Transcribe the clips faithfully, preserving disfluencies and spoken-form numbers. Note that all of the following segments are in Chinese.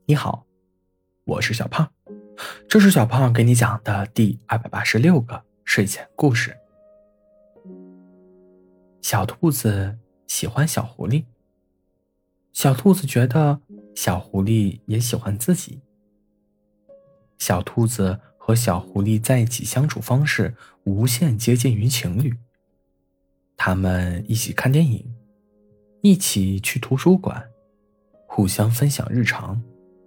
你好，我是小胖，这是小胖给你讲的第二百八十六个睡前故事。小兔子喜欢小狐狸，小兔子觉得小狐狸也喜欢自己。小兔子和小狐狸在一起相处方式无限接近于情侣，他们一起看电影，一起去图书馆，互相分享日常。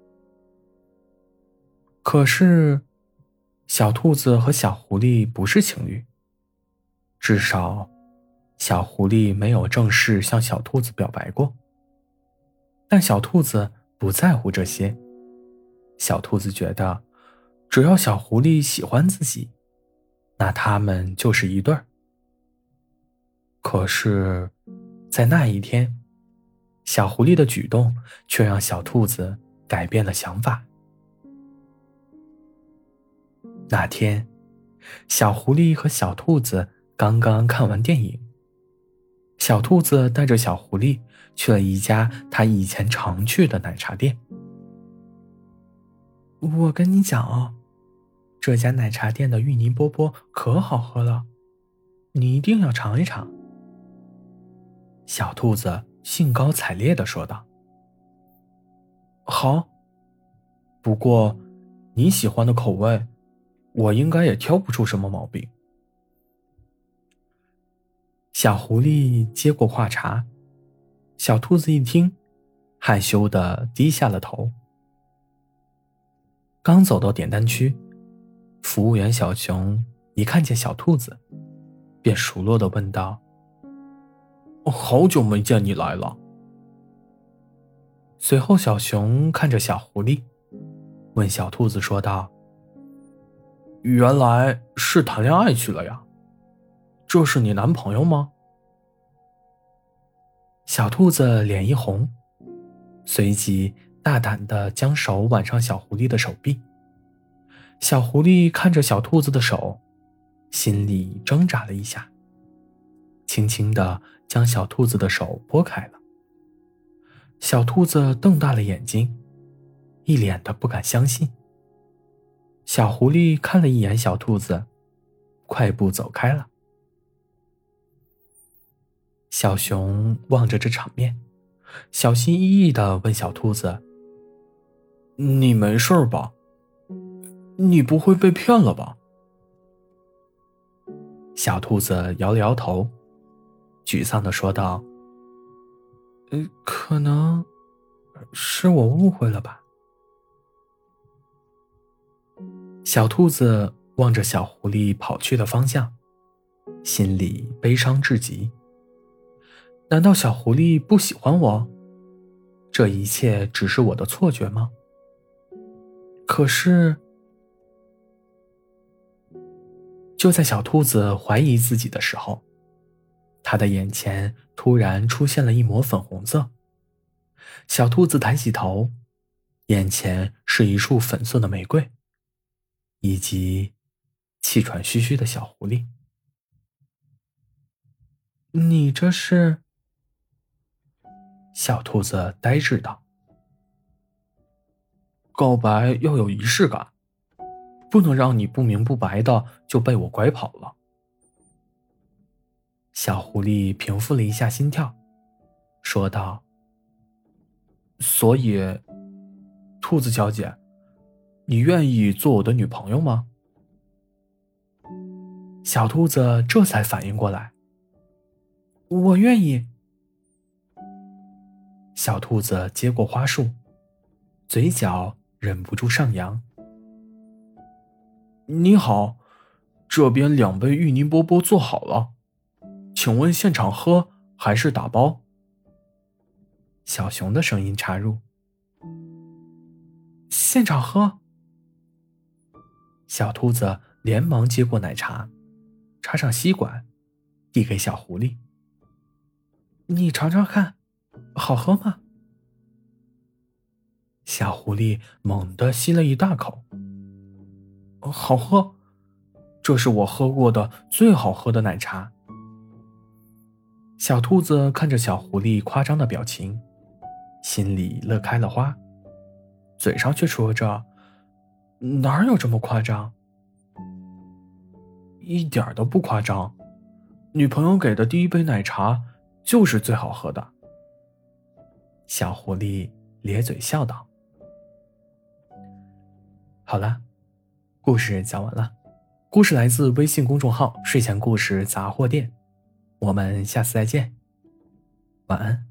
可是，小兔子和小狐狸不是情侣，至少，小狐狸没有正式向小兔子表白过。但小兔子不在乎这些，小兔子觉得，只要小狐狸喜欢自己，那他们就是一对儿。可是，在那一天，小狐狸的举动却让小兔子改变了想法。那天，小狐狸和小兔子刚刚看完电影。小兔子带着小狐狸去了一家他以前常去的奶茶店。我跟你讲哦，这家奶茶店的芋泥波波可好喝了，你一定要尝一尝。小兔子兴高采烈地说道。好，不过你喜欢的口味我应该也挑不出什么毛病。小狐狸接过话茬，小兔子一听，害羞地低下了头。刚走到点单区，服务员小熊一看见小兔子，便熟络地问道：好久没见你来了。随后小熊看着小狐狸，问小兔子说道：原来是谈恋爱去了呀？这是你男朋友吗？小兔子脸一红，随即大胆地将手挽上小狐狸的手臂。小狐狸看着小兔子的手，心里挣扎了一下，轻轻地将小兔子的手拨开了。小兔子瞪大了眼睛，一脸的不敢相信。小狐狸看了一眼小兔子，快步走开了。小熊望着这场面，小心翼翼地问小兔子：你没事吧？你不会被骗了吧？小兔子摇了摇头，沮丧地说道：呃，可能是我误会了吧。小兔子望着小狐狸跑去的方向，心里悲伤至极。难道小狐狸不喜欢我？这一切只是我的错觉吗？可是，就在小兔子怀疑自己的时候，它的眼前突然出现了一抹粉红色。小兔子抬起头，眼前是一束粉色的玫瑰，以及气喘吁吁的小狐狸。你这是？小兔子呆滞道。告白要有仪式感，不能让你不明不白的就被我拐跑了。小狐狸平复了一下心跳，说道：所以，兔子小姐，你愿意做我的女朋友吗？小兔子这才反应过来，我愿意。小兔子接过花束，嘴角忍不住上扬。你好，这边两杯芋泥波波做好了，请问现场喝还是打包？小熊的声音插入。现场喝。小兔子连忙接过奶茶，插上吸管，递给小狐狸。你尝尝看，好喝吗？小狐狸猛地吸了一大口。好喝，这是我喝过的最好喝的奶茶。小兔子看着小狐狸夸张的表情，心里乐开了花， 嘴上却说着：“哪有这么夸张？一点都不夸张，女朋友给的第一杯奶茶就是最好喝的。”小狐狸咧嘴笑道。好了，故事讲完了。故事来自微信公众号睡前故事杂货店，我们下次再见，晚安。